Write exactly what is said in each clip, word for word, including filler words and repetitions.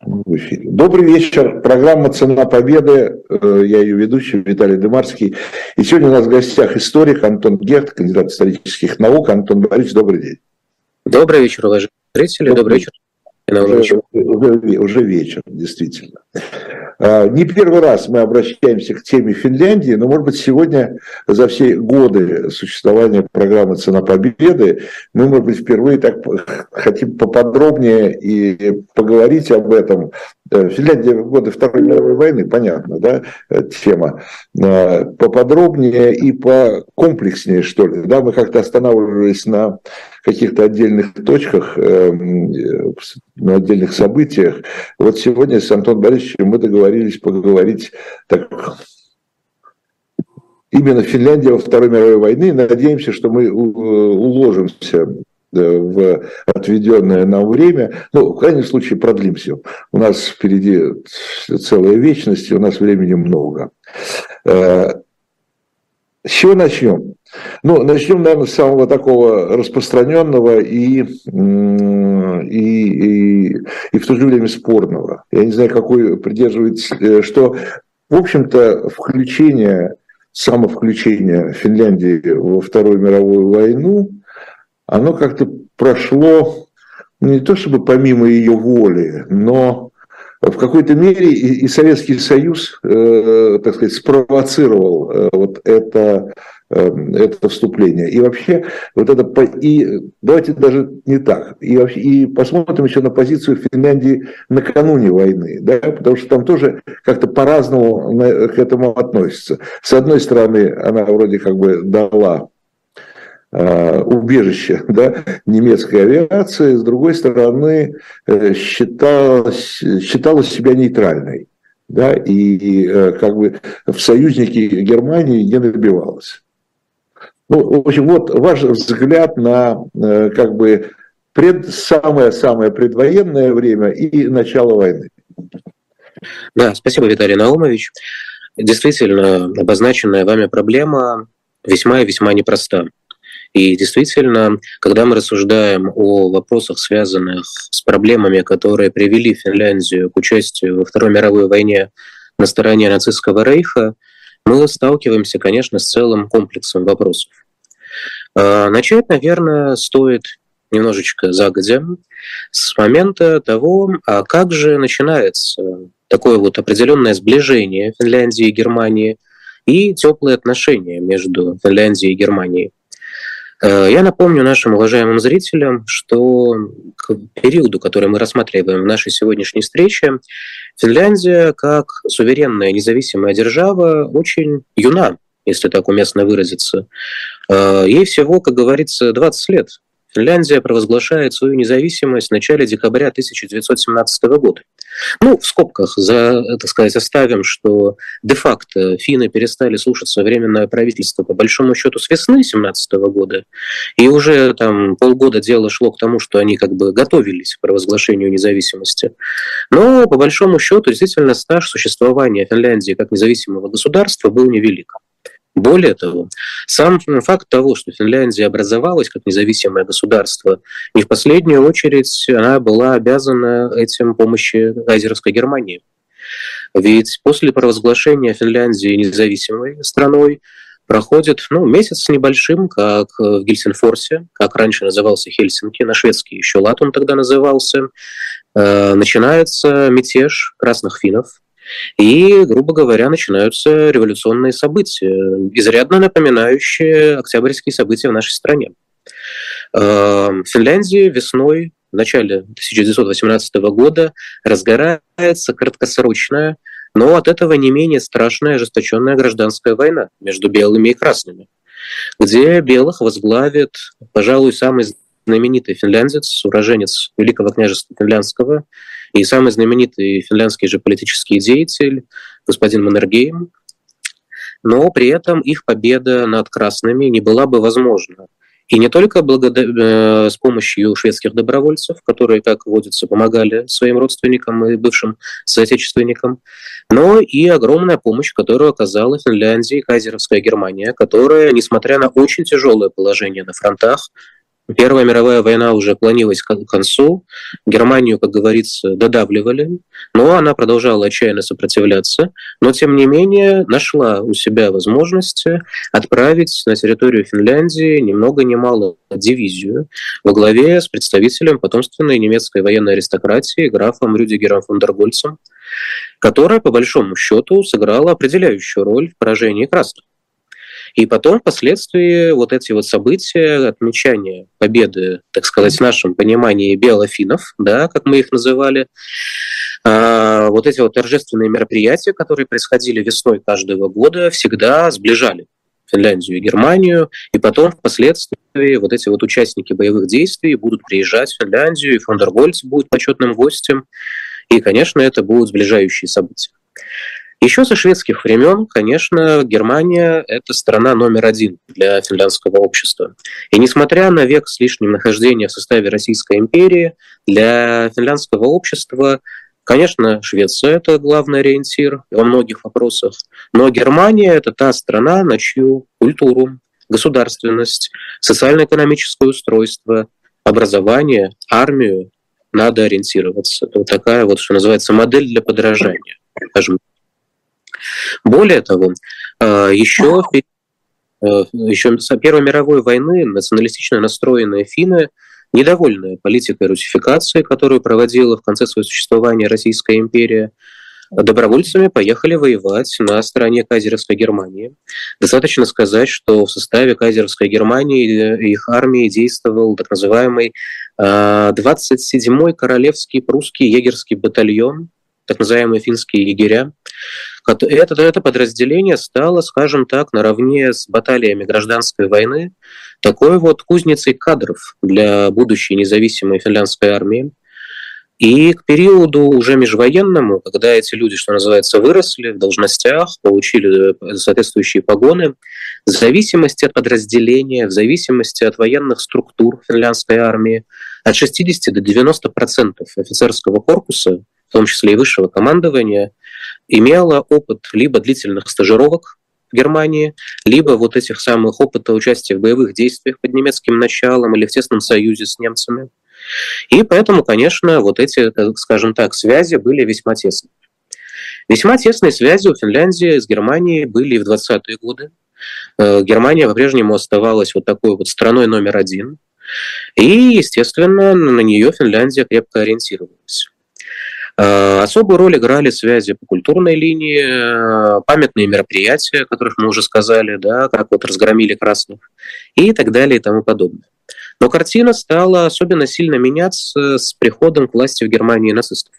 В эфире. Добрый вечер. Программа «Цена победы». Я ее ведущий Виталий Дымарский. И сегодня у нас в гостях историк Антон Герд, кандидат исторических наук. Антон Борисович, добрый день. Добрый вечер, уважаемые зрители. Добрый, добрый вечер. Уже, уже, уже вечер, действительно. Не первый раз мы обращаемся к теме Финляндии, но, может быть, сегодня за все годы существования программы «Цена победы» мы, может быть, впервые так хотим поподробнее и поговорить об этом. Финляндия в годы Второй мировой войны, понятно, да, тема. Поподробнее и покомплекснее, что ли. Да, мы как-то останавливались на каких-то отдельных точках, на отдельных событиях. Вот сегодня с Антоном Борисовичем мы договорились поговорить так, именно Финляндия во Второй мировой войны. Надеемся, что мы уложимся в отведенное нам время. Ну, в крайнем случае, продлимся. У нас впереди целая вечность, и у нас времени много. С чего начнем? Ну, начнем, наверное, с самого такого распространенного и, и, и, и в то же время спорного. Я не знаю, какой придерживается, что, в общем-то, включение, самовключение Финляндии во Вторую мировую войну, оно как-то прошло не то чтобы помимо ее воли, но в какой-то мере и, и Советский Союз, э, так сказать, спровоцировал э, вот это, э, это вступление. И вообще, вот это, и давайте даже не так, и, вообще, и посмотрим еще на позицию Финляндии накануне войны, да, потому что там тоже как-то по-разному к этому относятся. С одной стороны, она вроде как бы дала убежище, да, немецкой авиации, с другой стороны, считалась, считала себя нейтральной, да, и, и как бы в союзники Германии не добивалась. Ну, в общем, вот ваш взгляд на как бы пред, самое-самое предвоенное время и начало войны. Да, спасибо, Виталий Наумович. Действительно, обозначенная вами проблема весьма и весьма непроста. И действительно, когда мы рассуждаем о вопросах, связанных с проблемами, которые привели Финляндию к участию во Второй мировой войне на стороне нацистского рейха, мы сталкиваемся, конечно, с целым комплексом вопросов. Начать, наверное, стоит немножечко загодя, с момента того, а как же начинается такое вот определенное сближение Финляндии и Германии и теплые отношения между Финляндией и Германией. Я напомню нашим уважаемым зрителям, что к периоду, который мы рассматриваем в нашей сегодняшней встрече, Финляндия, как суверенная независимая держава, очень юна, если так уместно выразиться. Ей всего, как говорится, двадцать лет. Финляндия провозглашает свою независимость в начале декабря тысяча девятьсот семнадцатого года. Ну, в скобках, за, так сказать, оставим, что де-факто финны перестали слушаться временное правительство по большому счету с весны семнадцатого года, и уже там полгода дело шло к тому, что они как бы готовились к провозглашению независимости. Но по большому счету действительно стаж существования Финляндии как независимого государства был невелик. Более того, сам факт того, что Финляндия образовалась как независимое государство, не в последнюю очередь она была обязана этим помощи кайзеровской Германии. Ведь после провозглашения Финляндии независимой страной проходит ну, месяц с небольшим, как в Гельсинфорсе, как раньше назывался Хельсинки, на шведский еще Латум тогда назывался, э, начинается мятеж красных финнов. И, грубо говоря, начинаются революционные события, изрядно напоминающие октябрьские события в нашей стране. В Финляндии весной, в начале тысяча девятьсот восемнадцатого года, разгорается краткосрочная, но от этого не менее страшная ожесточенная гражданская война между белыми и красными, где белых возглавит, пожалуй, самый знаменитый финляндец, уроженец Великого княжества Финляндского, и самый знаменитый финляндский же политический деятель, господин Маннергейм. Но при этом их победа над красными не была бы возможна. И не только благодаря, э, с помощью шведских добровольцев, которые, как водится, помогали своим родственникам и бывшим соотечественникам, но и огромная помощь, которую оказала Финляндии кайзеровская Германия, которая, несмотря на очень тяжелое положение на фронтах, Первая мировая война уже клонилась к концу, Германию, как говорится, додавливали, но она продолжала отчаянно сопротивляться, но, тем не менее, нашла у себя возможности отправить на территорию Финляндии ни много ни мало дивизию во главе с представителем потомственной немецкой военной аристократии графом Рюдигером фон дер Гольцем, которая, по большому счету, сыграла определяющую роль в поражении красных. И потом, впоследствии, вот эти вот события, отмечания победы, так сказать, в нашем понимании белофинов, да, как мы их называли, а, вот эти вот торжественные мероприятия, которые происходили весной каждого года, всегда сближали Финляндию и Германию, и потом, впоследствии, вот эти вот участники боевых действий будут приезжать в Финляндию, и фон дер Гольц будет почетным гостем, и, конечно, это будут сближающие события. Еще со шведских времен, конечно, Германия – это страна номер один для финляндского общества. И несмотря на век с лишним нахождения в составе Российской империи, для финляндского общества, конечно, Швеция – это главный ориентир во многих вопросах, но Германия – это та страна, на чью культуру, государственность, социально-экономическое устройство, образование, армию надо ориентироваться. Это вот такая вот, что называется, модель для подражания, скажем. Более того, еще, еще с Первой мировой войны националистично настроенные финны, недовольные политикой русификации, которую проводила в конце своего существования Российская империя, добровольцами поехали воевать на стороне кайзеровской Германии. Достаточно сказать, что в составе кайзеровской Германии их армии действовал так называемый двадцать седьмой Королевский прусский егерский батальон, так называемые финские егеря. Это, это подразделение стало, скажем так, наравне с баталиями гражданской войны такой вот кузницей кадров для будущей независимой финляндской армии. И к периоду уже межвоенному, когда эти люди, что называется, выросли в должностях, получили соответствующие погоны, в зависимости от подразделения, в зависимости от военных структур финляндской армии, от шестидесяти до девяноста процентов офицерского корпуса, в том числе и высшего командования, имела опыт либо длительных стажировок в Германии, либо вот этих самых опыта участия в боевых действиях под немецким началом или в тесном союзе с немцами. И поэтому, конечно, вот эти, скажем так, связи были весьма тесны. Весьма тесные связи у Финляндии с Германией были и в двадцатые годы. Германия по-прежнему оставалась вот такой вот страной номер один. И, естественно, на нее Финляндия крепко ориентировалась. Особую роль играли связи по культурной линии, памятные мероприятия, о которых мы уже сказали, да, как вот разгромили красных, и так далее и тому подобное. Но картина стала особенно сильно меняться с приходом к власти в Германии нацистов.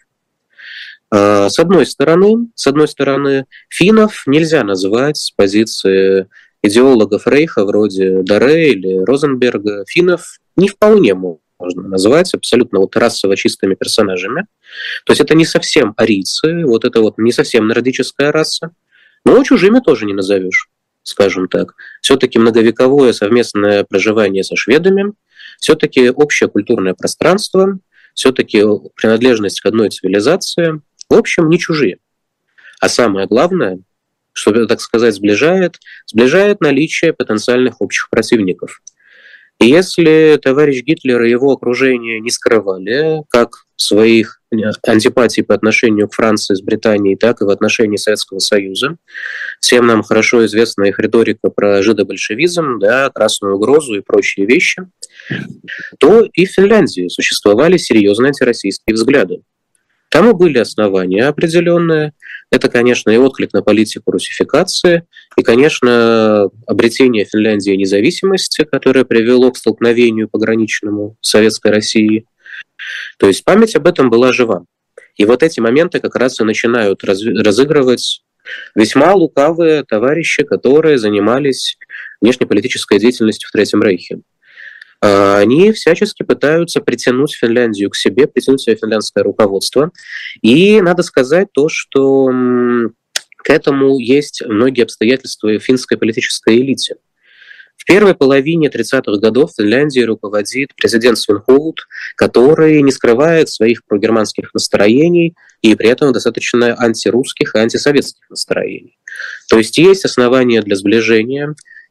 С одной стороны, с одной стороны, финнов нельзя называть с позиции идеологов Рейха вроде Даре или Розенберга. Финнов не вполне можно назвать абсолютно вот расово чистыми персонажами. То есть это не совсем арийцы, вот это вот не совсем нордическая раса, но чужими тоже не назовешь, скажем так. Все-таки многовековое совместное проживание со шведами, все-таки общее культурное пространство, все-таки принадлежность к одной цивилизации. В общем, не чужие. А самое главное, что, так сказать, сближает, сближает наличие потенциальных общих противников. И если товарищ Гитлер и его окружение не скрывали как своих антипатий по отношению к Франции с Британией, так и в отношении Советского Союза, всем нам хорошо известна их риторика про жидобольшевизм, да, красную угрозу и прочие вещи, то и в Финляндии существовали серьезные антироссийские взгляды. Тому были основания определенные. Это, конечно, и отклик на политику русификации, и, конечно, обретение Финляндии независимости, которое привело к столкновению пограничному с Советской Россией. То есть память об этом была жива. И вот эти моменты как раз и начинают разыгрывать весьма лукавые товарищи, которые занимались внешнеполитической деятельностью в Третьем Рейхе. Они всячески пытаются притянуть Финляндию к себе, притянуть себе финляндское руководство. И надо сказать то, что к этому есть многие обстоятельства в финской политической элите. В первой половине тридцатых годов Финляндией руководит президент Свинхолд, который не скрывает своих прогерманских настроений и при этом достаточно антирусских и антисоветских настроений. То есть есть основания для сближения,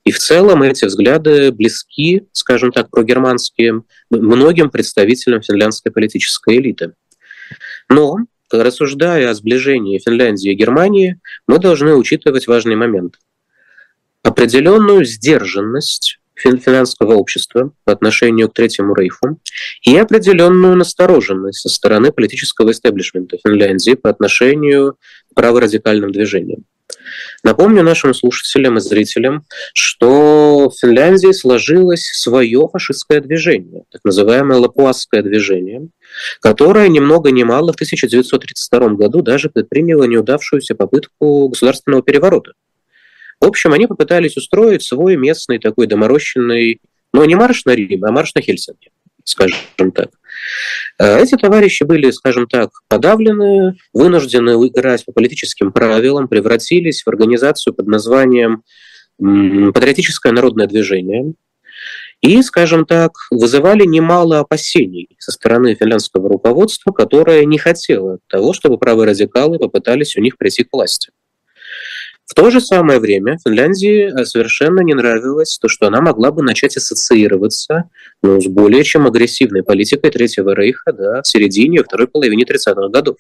И в целом эти взгляды близки, скажем так, прогерманские, многим представителям финляндской политической элиты. Но, рассуждая о сближении Финляндии и Германии, мы должны учитывать важный момент. Определенную сдержанность финляндского общества по отношению к Третьему Рейху и определенную настороженность со стороны политического истеблишмента Финляндии по отношению к праворадикальным движениям. Напомню нашим слушателям и зрителям, что в Финляндии сложилось свое фашистское движение, так называемое лапуасское движение, которое ни много ни мало в тысяча девятьсот тридцать втором году даже предприняло неудавшуюся попытку государственного переворота. В общем, они попытались устроить свой местный такой доморощенный, ну не марш на Рим, а марш на Хельсинки, скажем так. Эти товарищи были, скажем так, подавлены, вынуждены играть по политическим правилам, превратились в организацию под названием «Патриотическое народное движение» и, скажем так, вызывали немало опасений со стороны финляндского руководства, которое не хотело того, чтобы правые радикалы попытались у них прийти к власти. В то же самое время Финляндии совершенно не нравилось то, что она могла бы начать ассоциироваться ну, с более чем агрессивной политикой Третьего Рейха да, в середине и второй половине тридцатых годов.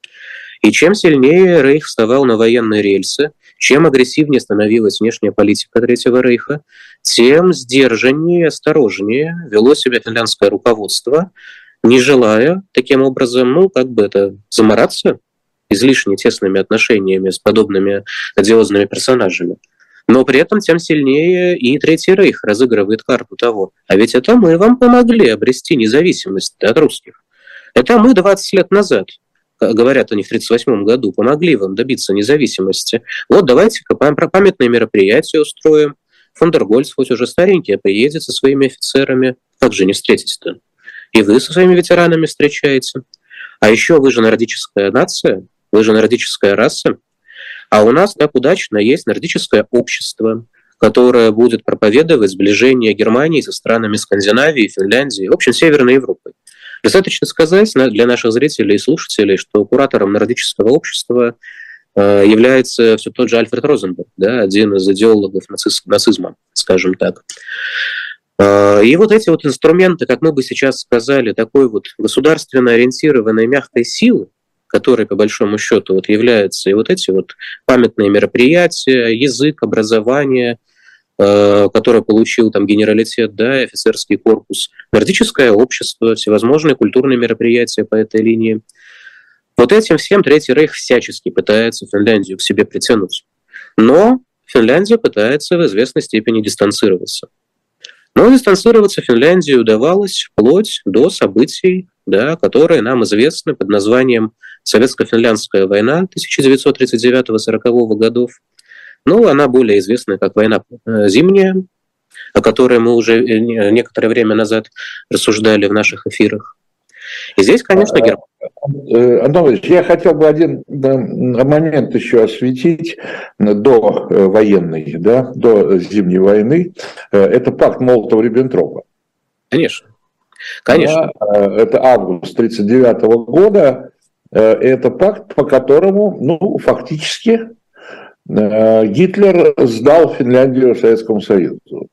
И чем сильнее Рейх вставал на военные рельсы, чем агрессивнее становилась внешняя политика Третьего Рейха, тем сдержаннее и осторожнее вело себя финляндское руководство, не желая таким образом, ну, как бы это, замораться излишне тесными отношениями с подобными одиозными персонажами. Но при этом тем сильнее и Третий Рейх разыгрывает карту того. А ведь это мы вам помогли обрести независимость от русских. Это мы двадцать лет назад, говорят они в тридцать восьмом году, помогли вам добиться независимости. Вот давайте-ка памятные мероприятия устроим. Фон дер Гольц, хоть уже старенький, приедет со своими офицерами. Как же не встретить-то? И вы со своими ветеранами встречаете. А еще вы же нордическая нация, вы же нордическая раса, а у нас так удачно есть нордическое общество, которое будет проповедовать сближение Германии со странами Скандинавии, Финляндии, в общем, Северной Европы. Достаточно сказать для наших зрителей и слушателей, что куратором нордического общества является все тот же Альфред Розенберг, да, один из идеологов нацизма, скажем так. И вот эти вот инструменты, как мы бы сейчас сказали, такой вот государственно ориентированной мягкой силы, которые, по большому счету, вот являются и вот эти вот памятные мероприятия, язык, образование, э, которое получил там генералитет, да, офицерский корпус, нордическое общество, всевозможные культурные мероприятия по этой линии. Вот этим всем Третий Рейх всячески пытается Финляндию к себе притянуть. Но Финляндия пытается в известной степени дистанцироваться. Но дистанцироваться Финляндии удавалось вплоть до событий, да, которые нам известны под названием Советско-финляндская война тысяча девятьсот тридцать девятого — сорокового годов. Ну, она более известна как война зимняя, о которой мы уже некоторое время назад рассуждали в наших эфирах. И здесь, конечно, Германия. Антон Ильич, я хотел бы один момент еще осветить до военной, да, до зимней войны. Это пакт Молотова-Риббентропа. Конечно. Конечно. Это август тридцать девятого года. Это пакт, по которому, ну, фактически Гитлер сдал Финляндию Советскому Союзу.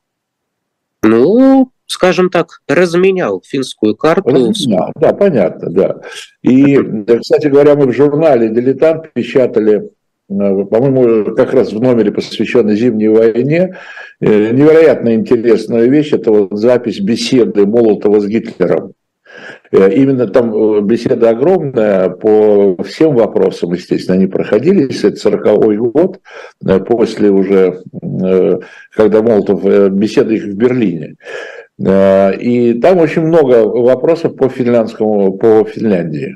Ну, скажем так, разменял финскую карту. Разменял, да, понятно, да. И, кстати говоря, мы в журнале «Дилетант» печатали, по-моему, как раз в номере, посвященной Зимней войне, невероятно интересную вещь. Это вот запись беседы Молотова с Гитлером. Именно там беседа огромная по всем вопросам, естественно, они проходились. Это сороковой год, после уже, когда Молотов, беседа их в Берлине. И там очень много вопросов по финляндскому, по Финляндии.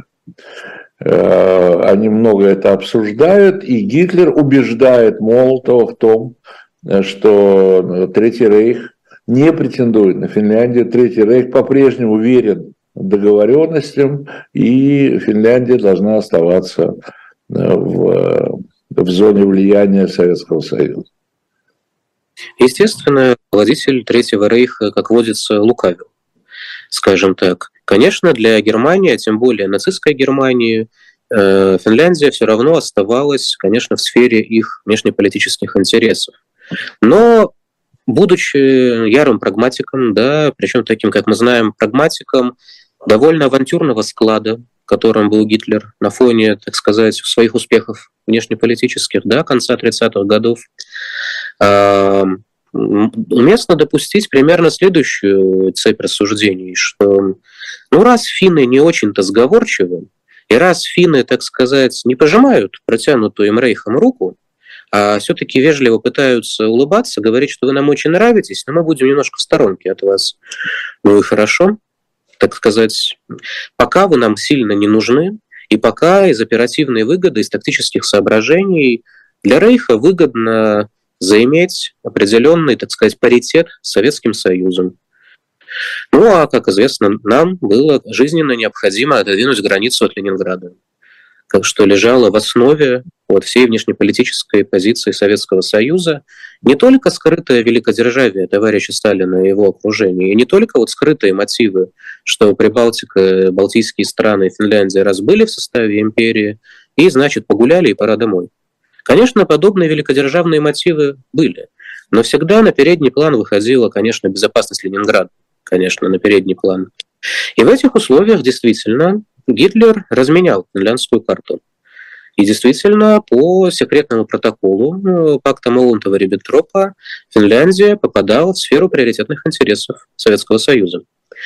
Они много это обсуждают, и Гитлер убеждает Молотова в том, что Третий Рейх не претендует на Финляндию. Третий Рейх по-прежнему верен договоренностям, и Финляндия должна оставаться в, в зоне влияния Советского Союза. Естественно, владетель Третьего Рейха, как водится, лукавил, скажем так. Конечно, для Германии, а тем более нацистской Германии, Финляндия все равно оставалась, конечно, в сфере их внешнеполитических интересов. Но будучи ярым прагматиком, да, причем таким, как мы знаем, прагматиком довольно авантюрного склада, которым был Гитлер на фоне, так сказать, своих успехов внешнеполитических, да, конца тридцатых годов, уместно допустить примерно следующую цепь рассуждений, что ну, раз финны не очень-то сговорчивы, и раз финны, так сказать, не пожимают протянутую им Рейхом руку, а все-таки вежливо пытаются улыбаться, говорить, что вы нам очень нравитесь, но мы будем немножко в сторонке от вас. Ну и хорошо, так сказать, пока вы нам сильно не нужны, и пока из оперативной выгоды, из тактических соображений для Рейха выгодно заиметь определенный, так сказать, паритет с Советским Союзом. Ну а, как известно, нам было жизненно необходимо отодвинуть границу от Ленинграда, как что лежало в основе вот всей внешнеполитической позиции Советского Союза, не только скрытое великодержавие товарища Сталина и его окружения, и не только вот скрытые мотивы, что Прибалтика, Балтийские страны и Финляндия раз были в составе империи, и, значит, погуляли и пора домой. Конечно, подобные великодержавные мотивы были, но всегда на передний план выходила, конечно, безопасность Ленинграда, конечно, на передний план. И в этих условиях действительно Гитлер разменял финляндскую карту. И действительно, по секретному протоколу пакта Молотова-Риббентропа Финляндия попадала в сферу приоритетных интересов Советского Союза.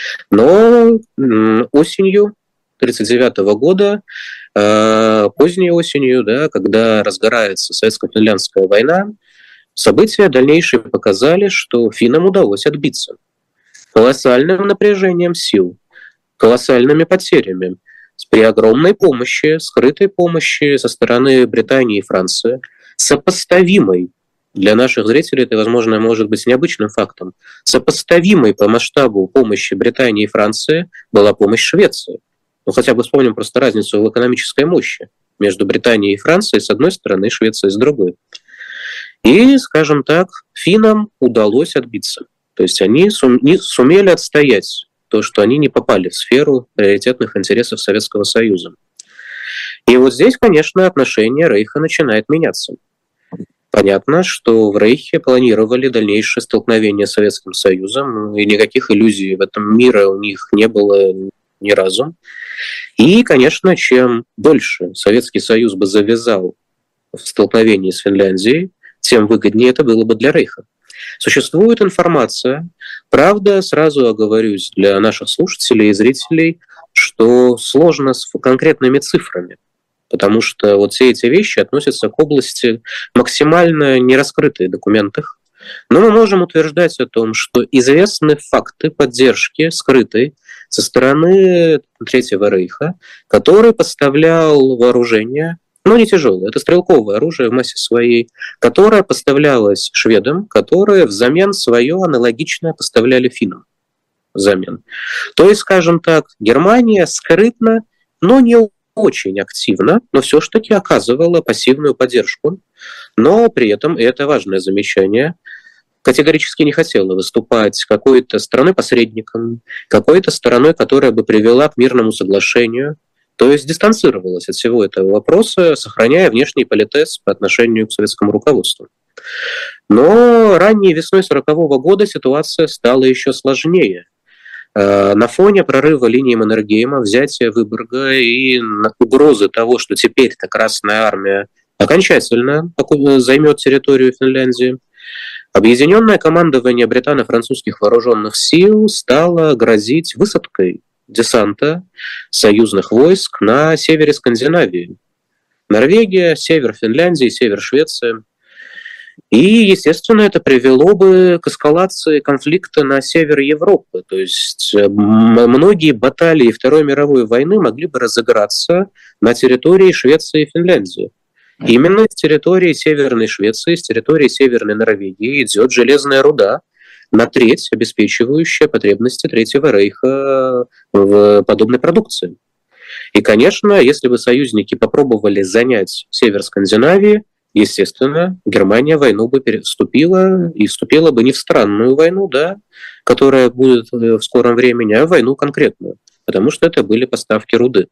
Но осенью тысяча девятьсот тридцать девятого года, поздней осенью, да, когда разгорается советско-финляндская война, события дальнейшие показали, что финнам удалось отбиться колоссальным напряжением сил, колоссальными потерями, при огромной помощи, скрытой помощи со стороны Британии и Франции, сопоставимой для наших зрителей, это, возможно, может быть необычным фактом, сопоставимой по масштабу помощи Британии и Франции была помощь Швеции. Ну, хотя бы вспомним просто разницу в экономической мощи между Британией и Францией с одной стороны, и Швецией с другой. И, скажем так, финнам удалось отбиться. То есть они сумели отстоять то, что они не попали в сферу приоритетных интересов Советского Союза. И вот здесь, конечно, отношение Рейха начинает меняться. Понятно, что в Рейхе планировали дальнейшее столкновение с Советским Союзом, и никаких иллюзий в этом мире у них не было ни разу. И, конечно, чем дольше Советский Союз бы завязал в столкновении с Финляндией, тем выгоднее это было бы для Рейха. Существует информация, правда, сразу оговорюсь для наших слушателей и зрителей, что сложно с конкретными цифрами, потому что вот все эти вещи относятся к области максимально не раскрытой в документах. Но мы можем утверждать о том, что известны факты поддержки скрытой со стороны Третьего Рейха, который поставлял вооружение, но не тяжелое, это стрелковое оружие в массе своей, которое поставлялось шведам, которые взамен свое аналогичное поставляли финнам. Взамен. То есть, скажем так, Германия скрытно, но не очень активно, но все-таки оказывала пассивную поддержку, но при этом, и это важное замечание, категорически не хотела выступать какой-то стороной-посредником, какой-то стороной, которая бы привела к мирному соглашению, то есть дистанцировалась от всего этого вопроса, сохраняя внешний политез по отношению к советскому руководству. Но ранней весной сорокового года ситуация стала еще сложнее. На фоне прорыва линии Маннергейма, взятия Выборга и угрозы того, что теперь-то Красная Армия окончательно займет территорию Финляндии, объединенное командование британо-французских вооруженных сил стало грозить высадкой десанта союзных войск на севере Скандинавии. Норвегия, север Финляндии, север Швеции. И, естественно, это привело бы к эскалации конфликта на севере Европы. То есть многие баталии Второй мировой войны могли бы разыграться на территории Швеции и Финляндии. Именно с территории Северной Швеции, с территории Северной Норвегии идет железная руда, на треть обеспечивающая потребности Третьего Рейха в подобной продукции. И, конечно, если бы союзники попробовали занять север Скандинавии, естественно, Германия войну бы вступила, и вступила бы не в странную войну, да, которая будет в скором времени, а в войну конкретную, потому что это были поставки руды.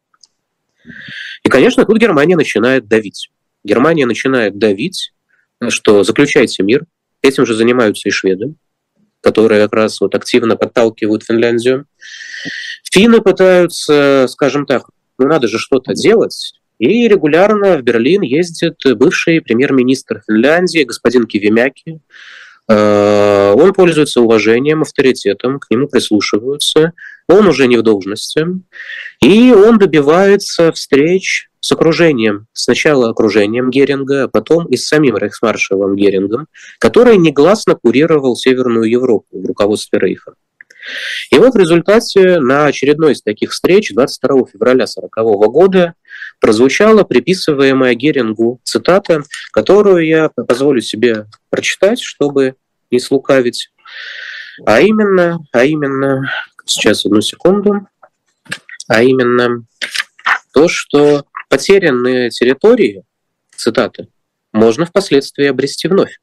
И, конечно, тут Германия начинает давить. Германия начинает давить, что заключайте мир, Этим же занимаются и шведы, которые как раз вот активно подталкивают Финляндию. Финны пытаются, скажем так, ну надо же что-то делать, и регулярно в Берлин ездит бывший премьер-министр Финляндии господин Кивимяки. Он пользуется уважением, авторитетом, к нему прислушиваются. Он уже не в должности, и он добивается встреч с окружением. Сначала окружением Геринга, а потом и с самим рейхсмаршалом Герингом, который негласно курировал Северную Европу в руководстве Рейха. И вот в результате на очередной из таких встреч двадцать второго февраля сорокового года прозвучала приписываемая Герингу цитата, которую я позволю себе прочитать, чтобы не слукавить. А именно, а именно, сейчас одну секунду, а именно то, что потерянные территории, цитата, можно впоследствии обрести вновь.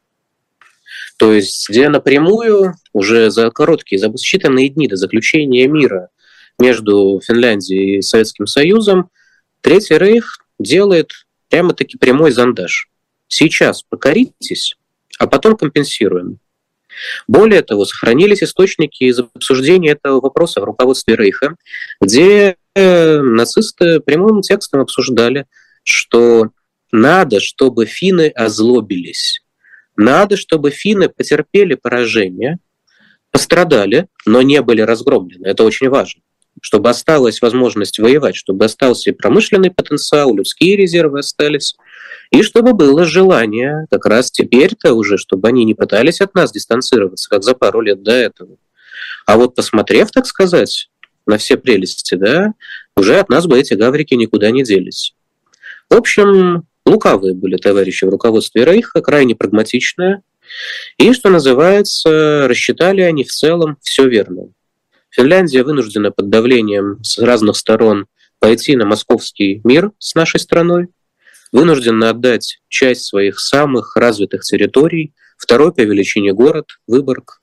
То есть, где напрямую уже за короткие, за считанные дни до заключения мира между Финляндией и Советским Союзом Третий Рейх делает прямо-таки прямой зондаж. Сейчас покоритесь, а потом компенсируем. Более того, сохранились источники из обсуждения этого вопроса в руководстве Рейха, где нацисты прямым текстом обсуждали, что надо, чтобы финны озлобились. Надо, чтобы финны потерпели поражение, пострадали, но не были разгромлены. Это очень важно. Чтобы осталась возможность воевать, чтобы остался и промышленный потенциал, людские резервы остались, и чтобы было желание как раз теперь-то уже, чтобы они не пытались от нас дистанцироваться, как за пару лет до этого. А вот посмотрев, так сказать, на все прелести, да, уже от нас бы эти гаврики никуда не делись. В общем, лукавые были товарищи в руководстве Рейха, крайне прагматичные, и, что называется, рассчитали они в целом все верно. Финляндия вынуждена под давлением с разных сторон пойти на московский мир с нашей страной, вынуждена отдать часть своих самых развитых территорий, второй по величине город, Выборг,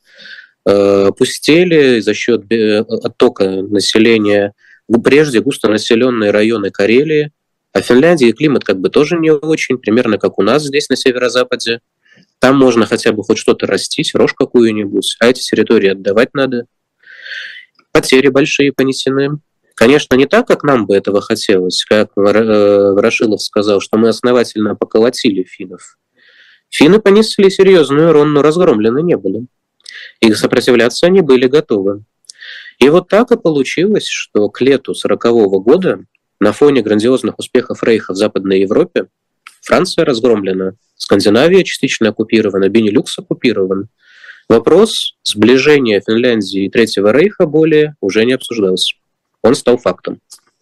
опустели за счет оттока населения прежде густонаселенные районы Карелии, а в Финляндии климат как бы тоже не очень, примерно как у нас здесь на северо-западе. Там можно хотя бы хоть что-то растить, рожь какую-нибудь, а эти территории отдавать надо. Потери большие понесены. Конечно, не так, как нам бы этого хотелось, как Ворошилов сказал, что мы основательно поколотили финнов. Финны понесли серьезный урон, но разгромлены не были. И сопротивляться они были готовы. И вот так и получилось, что к лету сорокового года на фоне грандиозных успехов Рейха в Западной Европе Франция разгромлена, Скандинавия частично оккупирована, Бенилюкс оккупирован. Вопрос сближения Финляндии и Третьего Рейха более уже не обсуждался. Он стал фактом.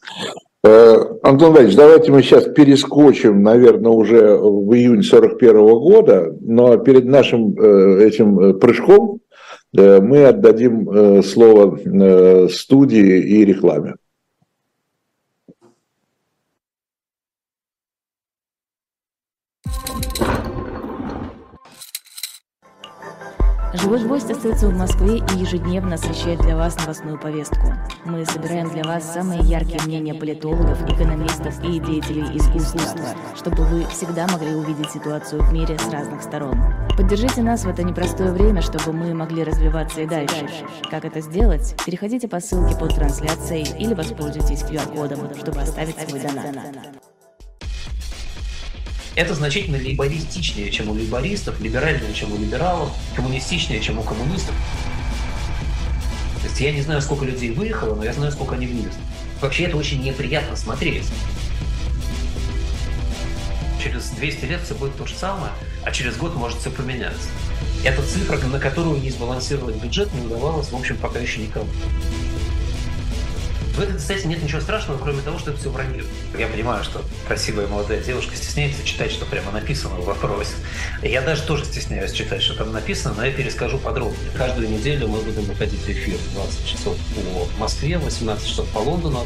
Антон Владимирович, давайте мы сейчас перескочим, наверное, уже в июнь сорок первого года, но перед нашим этим прыжком мы отдадим слово студии и рекламе. Живой гвоздь остается в Москве и ежедневно освещает для вас новостную повестку. Мы собираем для вас самые яркие мнения политологов, экономистов и деятелей искусства, чтобы вы всегда могли увидеть ситуацию в мире с разных сторон. Поддержите нас в это непростое время, чтобы мы могли развиваться и дальше. Как это сделать? Переходите по ссылке под трансляцией или воспользуйтесь ку ар-кодом, чтобы оставить свой донат. Это значительно лейбористичнее, чем у лейбористов, либеральнее, чем у либералов, коммунистичнее, чем у коммунистов. То есть я не знаю, сколько людей выехало, но я знаю, сколько они влезли. Вообще это очень неприятно смотреть. Через двести лет все будет то же самое, а через год может все поменяться. Это цифра, на которую не сбалансировать бюджет не удавалось, в общем, пока еще никому. В этой статье нет ничего страшного, кроме того, что это все вранье. Я понимаю, что красивая молодая девушка стесняется читать, что прямо написано в вопросе. Я даже тоже стесняюсь читать, что там написано, но я перескажу подробнее. Каждую неделю мы будем выходить в эфир в двадцать часов по Москве, восемнадцать часов по Лондону.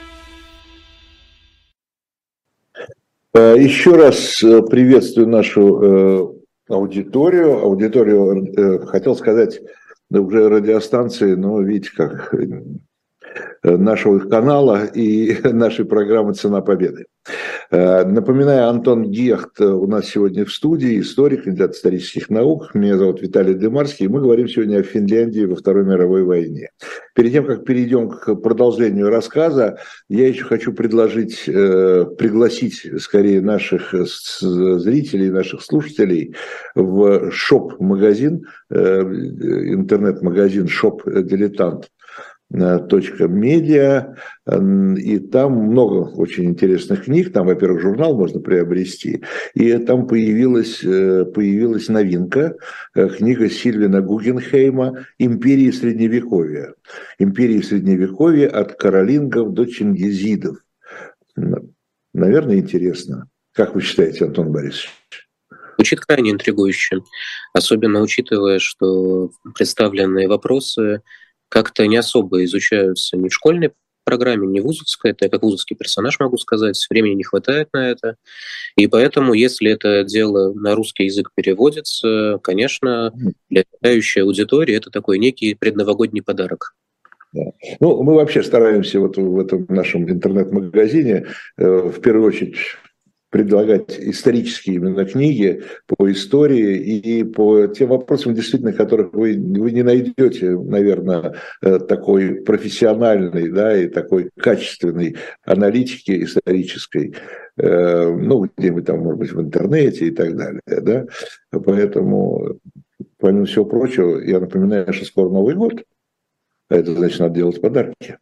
Еще раз приветствую нашу аудиторию. Аудиторию, хотел сказать, уже радиостанции, но видите, как нашего канала и нашей программы «Цена победы». Напоминаю, Антон Гехт у нас сегодня в студии, историк, кандидат исторических наук. Меня зовут Виталий Дымарский, и мы говорим сегодня о Финляндии во Второй мировой войне. Перед тем, как перейдем к продолжению рассказа, я еще хочу предложить, пригласить скорее наших зрителей, наших слушателей в шоп-магазин, интернет-магазин «Шоп-дилетант». .медиа, и там много очень интересных книг, там, во-первых, журнал можно приобрести, и там появилась, появилась новинка, книга Сильвина Гугенхейма «Империи Средневековья». «Империи Средневековья от каролингов до чингизидов». Наверное, интересно. Как вы считаете, Антон Борисович? Звучит крайне интригующе, особенно учитывая, что представленные вопросы как-то не особо изучаются ни в школьной программе, ни в вузовской. Это я как вузовский персонаж могу сказать, времени не хватает на это. И поэтому, если это дело на русский язык переводится, конечно, для читающей аудитории это такой некий предновогодний подарок. Да. Ну, мы вообще стараемся вот в этом нашем интернет-магазине э, в первую очередь предлагать исторические именно книги по истории и по тем вопросам, действительно, которых вы, вы не найдете, наверное, такой профессиональной, да, и такой качественной аналитики исторической, ну, где-нибудь там, может быть, в интернете и так далее, да. Поэтому, помимо всего прочего, я напоминаю, что скоро Новый год, а это значит, надо делать подарки.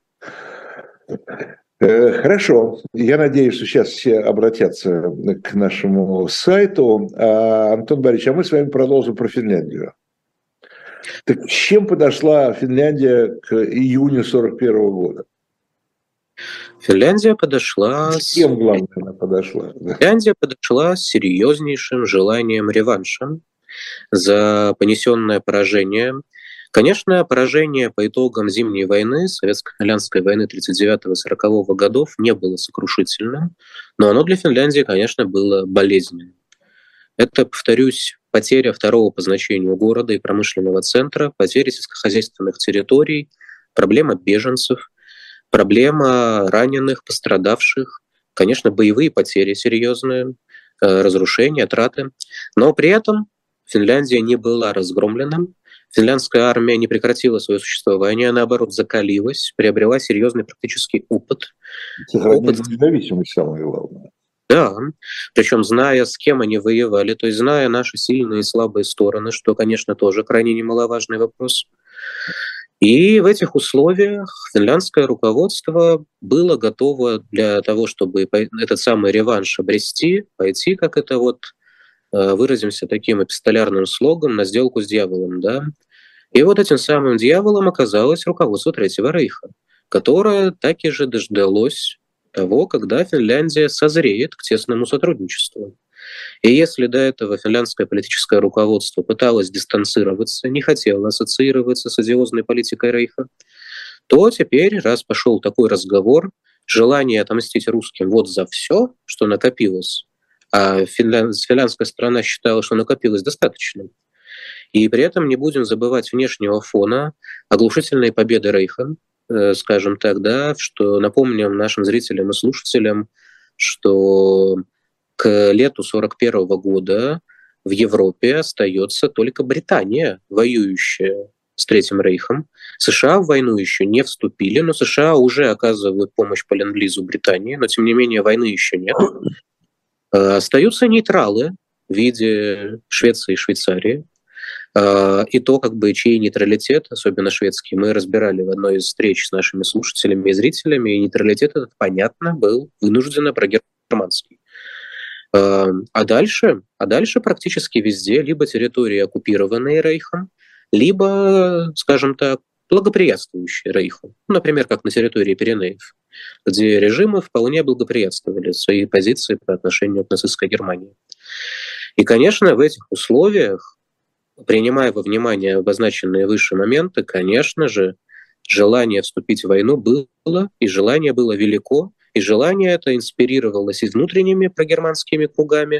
Хорошо. Я надеюсь, что сейчас все обратятся к нашему сайту. А, Антон Борисович, а мы с вами продолжим про Финляндию. Так чем подошла Финляндия к июню сорок первого года? Финляндия подошла... С кем, главное, она подошла? Финляндия подошла с серьезнейшим желанием реванша за понесенное поражение. Конечно, поражение по итогам Зимней войны, Советско-финляндской войны тридцать девятого — сорокового годов не было сокрушительным, но оно для Финляндии, конечно, было болезненным. Это, повторюсь, потеря второго по значению города и промышленного центра, потеря сельскохозяйственных территорий, проблема беженцев, проблема раненых, пострадавших, конечно, боевые потери серьезные, разрушения, траты. Но при этом Финляндия не была разгромлена. Финляндская армия не прекратила свое существование, а наоборот закалилась, приобрела серьезный практический опыт. Сохранить опыт... независимость, самое главное. Да, причем зная, с кем они воевали, то есть зная наши сильные и слабые стороны, что, конечно, тоже крайне немаловажный вопрос. И в этих условиях финляндское руководство было готово для того, чтобы этот самый реванш обрести, пойти, как это вот выразимся таким эпистолярным слогом, на сделку с дьяволом, да. И вот этим самым дьяволом оказалось руководство Третьего Рейха, которое так и же дождалось того, когда Финляндия созреет к тесному сотрудничеству. И если до этого финляндское политическое руководство пыталось дистанцироваться, не хотело ассоциироваться с одиозной политикой Рейха, то теперь, раз пошел такой разговор, желание отомстить русским вот за все, что накопилось, а финлянд... финляндская сторона считала, что накопилось достаточно. И при этом не будем забывать внешнего фона оглушительной победы Рейха, э, скажем так, да, что напомним нашим зрителям и слушателям, что к лету сорок первого года в Европе остается только Британия, воюющая с Третьим Рейхом. США в войну еще не вступили, но США уже оказывают помощь по ленд-лизу Британии, но тем не менее войны еще нет. Остаются нейтралы в виде Швеции и Швейцарии. И то, как бы, чей нейтралитет, особенно шведский, мы разбирали в одной из встреч с нашими слушателями и зрителями, и нейтралитет этот, понятно, был вынужденно прогерманский. А дальше, а дальше практически везде либо территории, оккупированные Рейхом, либо, скажем так, благоприятствующие Рейху. Например, как на территории Пиренеев, где режимы вполне благоприятствовали свои позиции по отношению к нацистской Германии. И, конечно, в этих условиях, принимая во внимание обозначенные выше моменты, конечно же, желание вступить в войну было, и желание было велико, и желание это инспирировалось и внутренними прогерманскими кругами,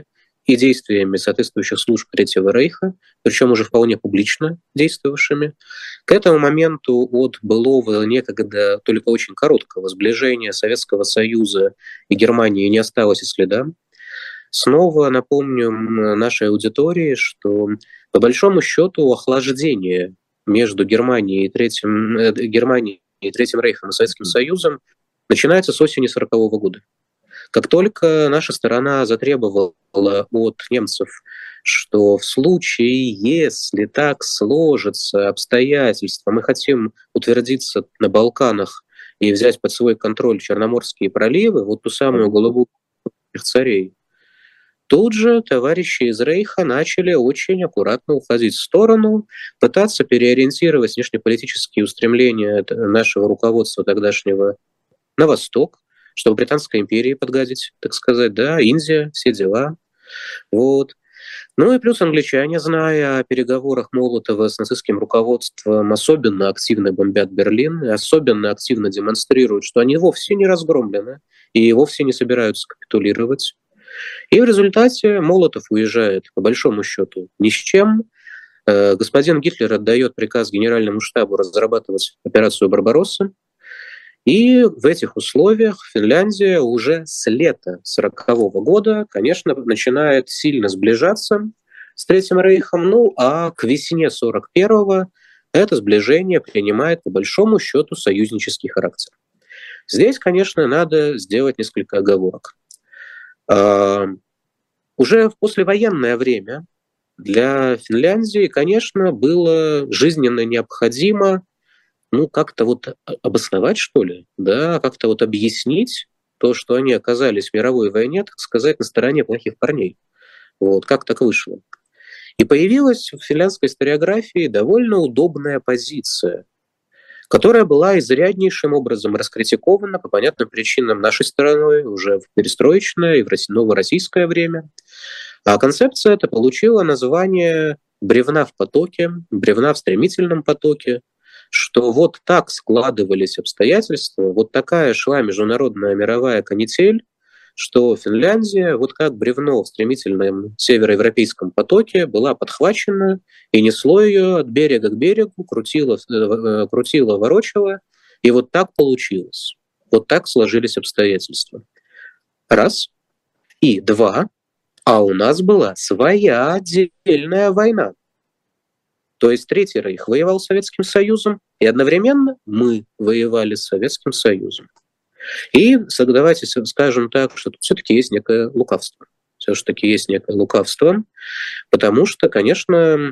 и действиями соответствующих служб Третьего Рейха, причем уже вполне публично действовавшими. К этому моменту от былого некогда только очень короткого сближения Советского Союза и Германии не осталось и следа. Снова напомню нашей аудитории, что по большому счету охлаждение между Германией и Третьим, э, Германией и Третьим Рейхом и Советским Союзом начинается с осени сорокового года. Как только наша сторона затребовала от немцев, что в случае, если так сложатся обстоятельства, мы хотим утвердиться на Балканах и взять под свой контроль Черноморские проливы, вот ту самую голубую царей, тут же товарищи из Рейха начали очень аккуратно уходить в сторону, пытаться переориентировать внешнеполитические устремления нашего руководства тогдашнего на восток, чтобы Британской империи подгадить, так сказать, да, Индия, все дела. Вот. Ну и плюс англичане, зная о переговорах Молотова с нацистским руководством, особенно активно бомбят Берлин, и особенно активно демонстрируют, что они вовсе не разгромлены и вовсе не собираются капитулировать. И в результате Молотов уезжает, по большому счету, ни с чем. Господин Гитлер отдает приказ Генеральному штабу разрабатывать операцию «Барбаросса». И в этих условиях Финляндия уже с лета сорокового года, конечно, начинает сильно сближаться с Третьим Рейхом, ну а к весне сорок первого это сближение принимает по большому счету союзнический характер. Здесь, конечно, надо сделать несколько оговорок. А, уже в послевоенное время для Финляндии, конечно, было жизненно необходимо ну, как-то вот обосновать, что ли, да, как-то вот объяснить то, что они оказались в мировой войне, так сказать, на стороне плохих парней. Вот, как так вышло. И появилась в финляндской историографии довольно удобная позиция, которая была изряднейшим образом раскритикована по понятным причинам нашей стороной уже в перестроечное и в новороссийское время. А концепция эта получила название «бревна в потоке», «бревна в стремительном потоке», что вот так складывались обстоятельства, вот такая шла международная мировая канитель, что Финляндия, вот как бревно в стремительном североевропейском потоке, была подхвачена и несло ее от берега к берегу, крутило, крутило, ворочало, и вот так получилось. Вот так сложились обстоятельства. Раз. И два. А у нас была своя отдельная война. То есть Третий Рейх воевал с Советским Союзом, и одновременно мы воевали с Советским Союзом. И давайте скажем так, что тут все-таки есть некое лукавство. Все-таки есть некое лукавство, потому что, конечно,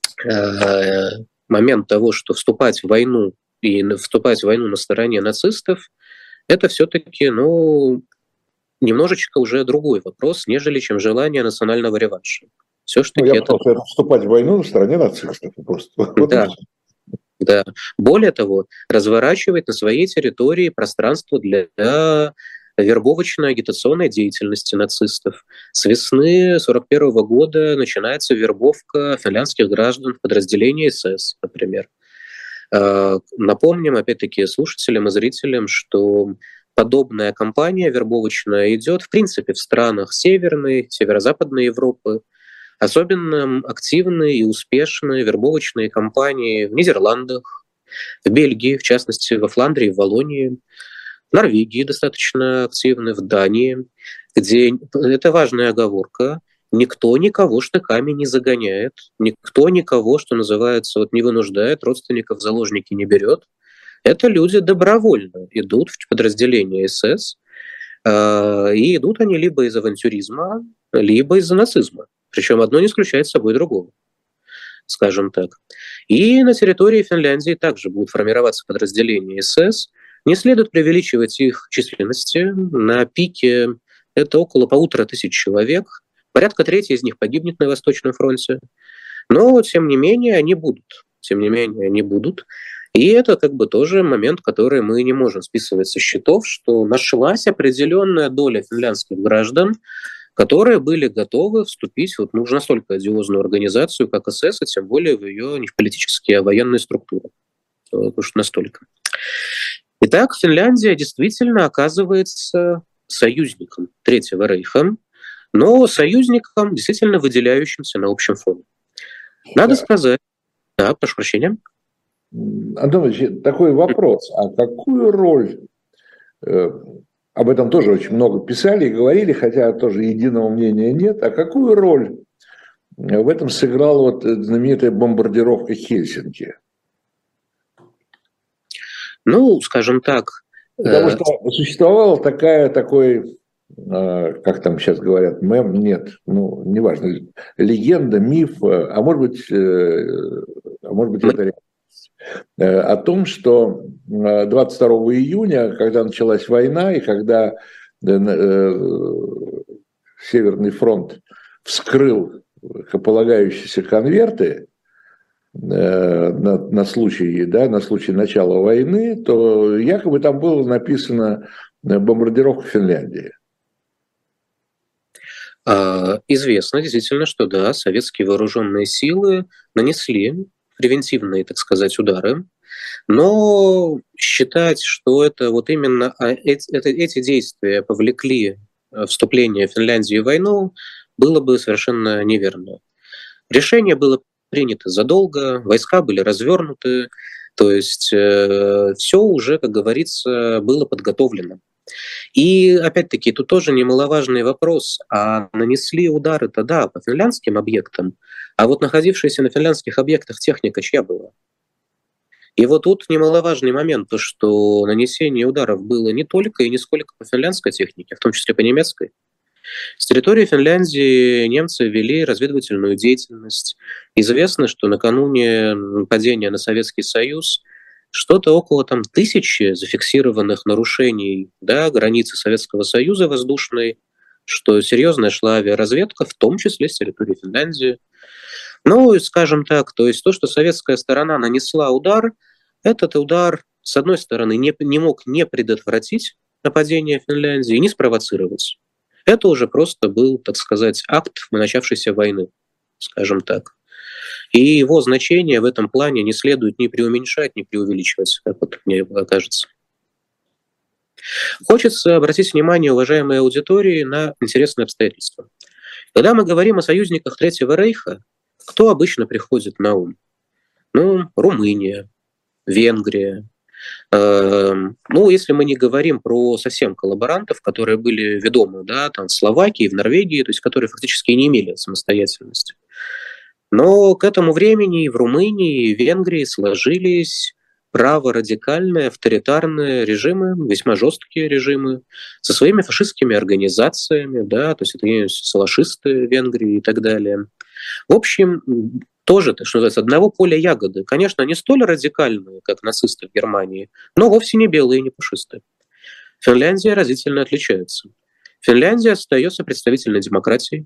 момент того, что вступать в войну и вступать в войну на стороне нацистов, это все-таки, ну, немножечко уже другой вопрос, нежели чем желание национального реванша. Все-таки ну, я это... это вступать в войну на стороне нацистов. Просто. Да. Да. Более того, разворачивать на своей территории пространство для вербовочной агитационной деятельности нацистов. С весны сорок первого года начинается вербовка финляндских граждан в подразделении СС, например. Напомним, опять-таки, слушателям и зрителям, что подобная кампания вербовочная идет, в принципе, в странах Северной, Северо-Западной Европы. Особенно активные и успешные вербовочные кампании в Нидерландах, в Бельгии, в частности, во Фландрии, в Валлонии, в Норвегии достаточно активны, в Дании, где, это важная оговорка, никто никого штыками не загоняет, никто никого, что называется, вот не вынуждает, родственников в заложники не берет. Это люди добровольно идут в подразделение СС, и идут они либо из авантюризма, либо из-за нацизма. Причем одно не исключает собой другого, скажем так. И на территории Финляндии также будут формироваться подразделения СС. Не следует преувеличивать их численности. На пике это около полутора тысяч человек. Порядка трети из них погибнет на Восточном фронте. Но, тем не менее, они будут. Тем не менее, они будут. И это как бы тоже момент, который мы не можем списывать со счетов, что нашлась определенная доля финляндских граждан, которые были готовы вступить вот, ну, в настолько одиозную организацию, как СС, и тем более в ее не в политические, а военные структуры. Вот уж настолько. Итак, Финляндия действительно оказывается союзником Третьего Рейха. но союзником, действительно выделяющимся на общем фоне. Надо да. сказать... Да, прошу прощения. Антон Ильич, такой вопрос. А какую роль, э, об этом тоже очень много писали и говорили, хотя тоже единого мнения нет, а какую роль в этом сыграла вот знаменитая бомбардировка Хельсинки? Ну, скажем так... Потому что существовала такая, такой, как там сейчас говорят, мем, нет, ну, неважно, легенда, миф, а может быть, а может быть это реальность, о том, что двадцать второго июня, когда началась война, и когда Северный фронт вскрыл полагающиеся конверты на, на, случай, да, на случай начала войны, то якобы там было написано «бомбардировка Финляндии». Известно действительно, что да, советские вооруженные силы нанесли превентивные, так сказать, удары, но считать, что это вот именно эти, эти действия повлекли вступление Финляндии в войну, было бы совершенно неверно. Решение было принято задолго, войска были развернуты, то есть э, все уже, как говорится, было подготовлено. И опять-таки тут тоже немаловажный вопрос, а нанесли удары-то, да, по финляндским объектам, а вот находившаяся на финляндских объектах техника чья была? И вот тут немаловажный момент, то, что нанесение ударов было не только и не сколько по финляндской технике, в том числе по немецкой. С территории Финляндии немцы вели разведывательную деятельность. Известно, что накануне нападения на Советский Союз что-то около там, тысячи зафиксированных нарушений, да, границы Советского Союза воздушной, что серьезная шла авиаразведка, в том числе с территории Финляндии. Ну, скажем так, то есть то, что советская сторона нанесла удар, этот удар, с одной стороны, не, не мог не предотвратить нападение Финляндии и не спровоцировать. Это уже просто был, так сказать, акт начавшейся войны, скажем так. И его значение в этом плане не следует ни преуменьшать, ни преувеличивать, как вот мне кажется. Хочется обратить внимание, уважаемой аудитории, на интересные обстоятельства. Когда мы говорим о союзниках Третьего Рейха, кто обычно приходит на ум? Ну, Румыния, Венгрия. Ну, если мы не говорим про совсем коллаборантов, которые были ведомы, да, там, в Словакии, в Норвегии, то есть которые фактически не имели самостоятельности. Но к этому времени и в Румынии, и в Венгрии сложились праворадикальные, авторитарные режимы, весьма жесткие режимы, со своими фашистскими организациями, да, то есть это салашисты в Венгрии и так далее. В общем, тоже, что называется, одного поля ягоды. Конечно, не столь радикальные, как нацисты в Германии, но вовсе не белые и не фашисты. Финляндия разительно отличается. Финляндия остается представительной демократией.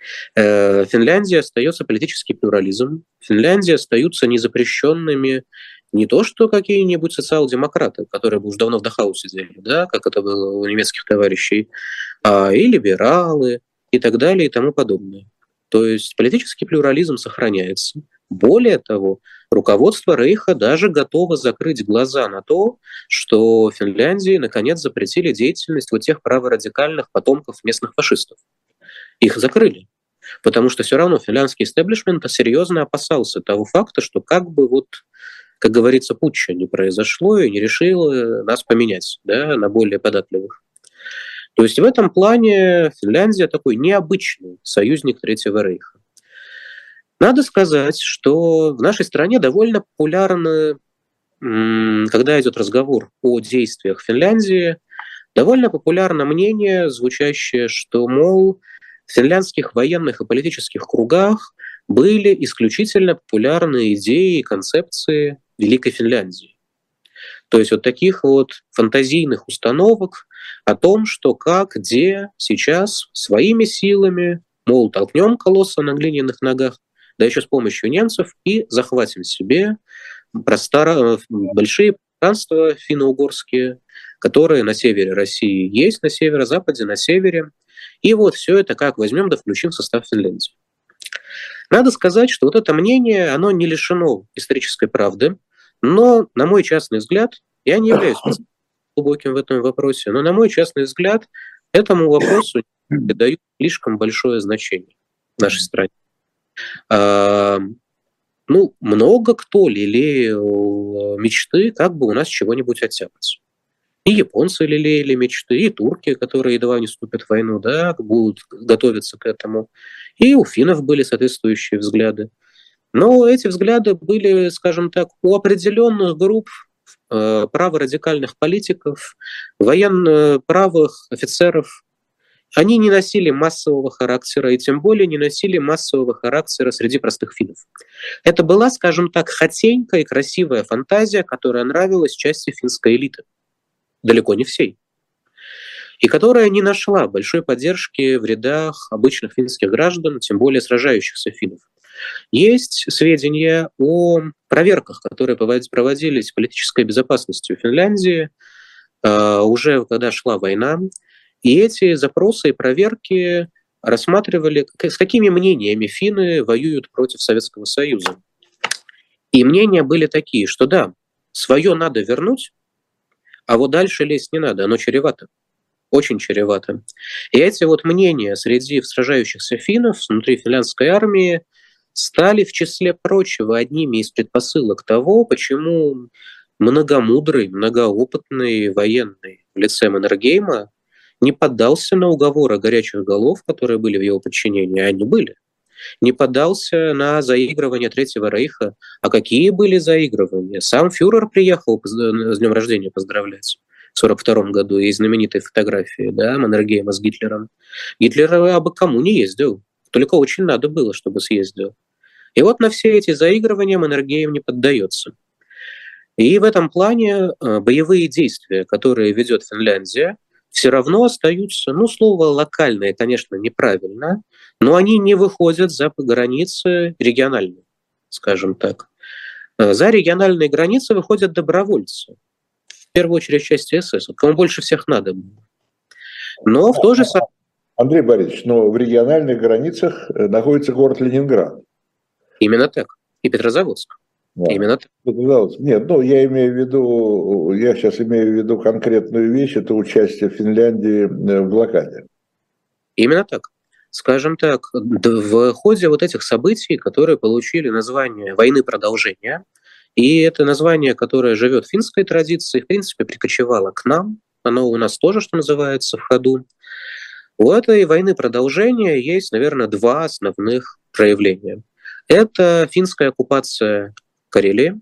Финляндия остается политический плюрализм. Финляндия остаются незапрещенными не то, что какие-нибудь социал-демократы, которые бы уж давно в Дахау сидели, да, как это было у немецких товарищей, а и либералы, и так далее, и тому подобное. То есть политический плюрализм сохраняется. Более того, руководство Рейха даже готово закрыть глаза на то, что в Финляндии наконец запретили деятельность вот тех праворадикальных потомков местных фашистов. Их закрыли. Потому что все равно финляндский истеблишмент серьезно опасался того факта, что как бы вот, как говорится, путча не произошло и не решило нас поменять, да, на более податливых. То есть в этом плане Финляндия такой необычный союзник Третьего Рейха. Надо сказать, что в нашей стране довольно популярны, когда идет разговор о действиях Финляндии, довольно популярно мнение, звучащее, что, мол, в финляндских военных и политических кругах были исключительно популярны идеи и концепции Великой Финляндии. То есть вот таких вот фантазийных установок о том, что как, где, сейчас, своими силами, мол, толкнем колосса на глиняных ногах, да еще с помощью немцев, и захватим себе простора, большие пространства финно-угорские, которые на севере России есть, на северо-западе, на севере. И вот все это как возьмем да включим в состав Финляндии. Надо сказать, что вот это мнение, оно не лишено исторической правды, но, на мой частный взгляд, я не являюсь глубоким в этом вопросе, но, на мой частный взгляд, этому вопросу придают слишком большое значение нашей стране. А, ну, много кто лелеял мечты, как бы у нас чего-нибудь оттяпать. И японцы лелеяли мечты, и турки, которые едва не вступят в войну, да, будут готовиться к этому. И у финнов были соответствующие взгляды. Но эти взгляды были, скажем так, у определенных групп э, праворадикальных политиков, военно-правых офицеров. Они не носили массового характера, и тем более не носили массового характера среди простых финнов. Это была, скажем так, хотенькая и красивая фантазия, которая нравилась части финской элиты. Далеко не всей. И которая не нашла большой поддержки в рядах обычных финских граждан, тем более сражающихся финнов. Есть сведения о проверках, которые проводились политической безопасностью Финляндии э, уже когда шла война. И эти запросы и проверки рассматривали, с какими мнениями финны воюют против Советского Союза. И мнения были такие, что да, свое надо вернуть, а вот дальше лезть не надо, оно чревато. Очень чревато. И эти вот мнения среди сражающихся финнов внутри финляндской армии стали, в числе прочего, одними из предпосылок того, почему многомудрый, многоопытный военный в лице Маннергейма не поддался на уговоры горячих голов, которые были в его подчинении, они были. Не поддался на заигрывания Третьего Рейха. А какие были заигрывания? Сам фюрер приехал с днем рождения поздравлять в сорок втором году, и знаменитой фотографии, да, Маннергейма с Гитлером. Гитлер абы кому не ездил, только очень надо было, чтобы съездил. И вот на все эти заигрывания Маннергейм не поддается. И в этом плане боевые действия, которые ведет Финляндия, все равно остаются, ну, слово локальное, конечно, неправильно, но они не выходят за границы региональные, скажем так. За региональные границы выходят добровольцы. В первую очередь часть СС, кому больше всех надо было. Но в то же самое... Андрей Борисович, но в региональных границах находится город Ленинград. Именно так. И Петрозаводск. Да. Именно так. Нет, ну я имею в виду, я сейчас имею в виду конкретную вещь, это участие Финляндии в блокаде. Именно так. Скажем так, в ходе вот этих событий, которые получили название «Войны продолжения», и это название, которое живет в финской традиции, в принципе, прикочевало к нам, оно у нас тоже, что называется, в ходу. У этой войны продолжения есть, наверное, два основных проявления. Это финская оккупация Карелии.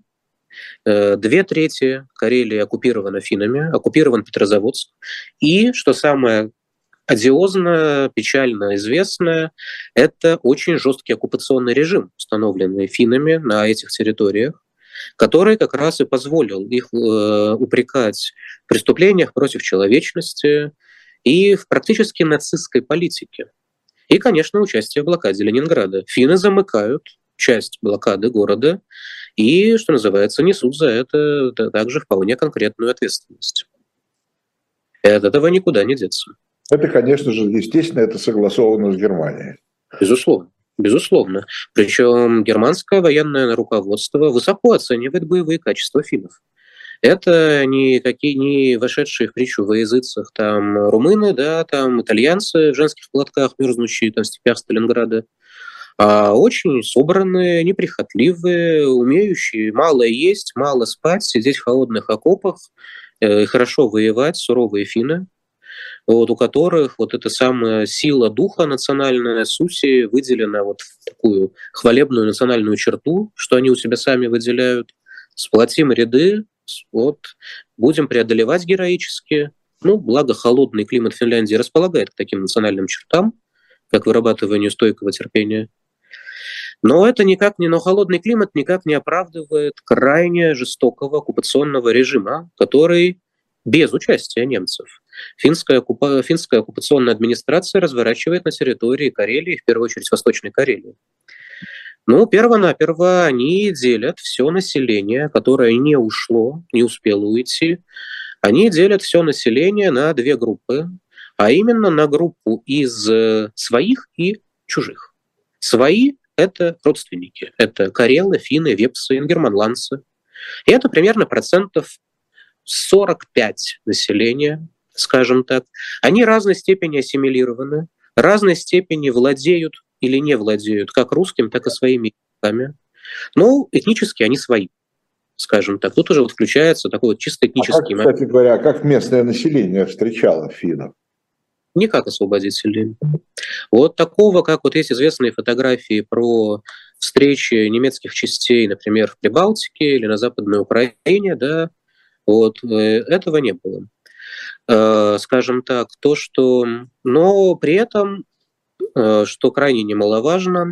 Две трети Карелии оккупировано финнами, оккупирован Петрозаводск. И, что самое одиозное, печально известное, это очень жесткий оккупационный режим, установленный финнами на этих территориях, который как раз и позволил их э, упрекать в преступлениях против человечности и в практически нацистской политике. И, конечно, участие в блокаде Ленинграда. Финны замыкают часть блокады города и, что называется, несут за это также вполне конкретную ответственность. И от этого никуда не деться. Это, конечно же, естественно, это согласовано с Германией. Безусловно. Безусловно. Причем германское военное руководство высоко оценивает боевые качества финнов. Это не какие не вошедшие в притчу во языцах там румыны, да, там итальянцы в женских платках, мерзнущие там в степях Сталинграда, а очень собранные, неприхотливые, умеющие мало есть, мало спать, сидеть в холодных окопах, э, хорошо воевать, суровые финны, вот, у которых вот эта самая сила духа национальная, Суси, выделена вот в такую хвалебную национальную черту, что они у себя сами выделяют. Сплотим ряды, вот, будем преодолевать героически. Ну, благо холодный климат Финляндии располагает к таким национальным чертам, как вырабатыванию стойкого терпения. Но это никак не, но холодный климат никак не оправдывает крайне жестокого оккупационного режима, который без участия немцев финская, оккупа... финская оккупационная администрация разворачивает на территории Карелии, в первую очередь Восточной Карелии. Ну, перво-наперво они делят все население, которое не ушло, не успело уйти, они делят все население на две группы, а именно на группу из своих и чужих. Свои — это родственники, это карелы, финны, вепсы, ингерманландцы. И это примерно процентов сорок пять населения, скажем так. Они разной степени ассимилированы. разной степени владеют или не владеют как русским, так и своими языками. Но этнически они свои, скажем так. Тут уже вот включается такой вот чисто этнический момент. А как, кстати говоря, как местное население встречало финнов? Не как освободителей. Вот такого, как вот есть известные фотографии про встречи немецких частей, например, в Прибалтике или на Западной Украине, да, вот этого не было. Скажем так, то, что... Но при этом, что крайне немаловажно,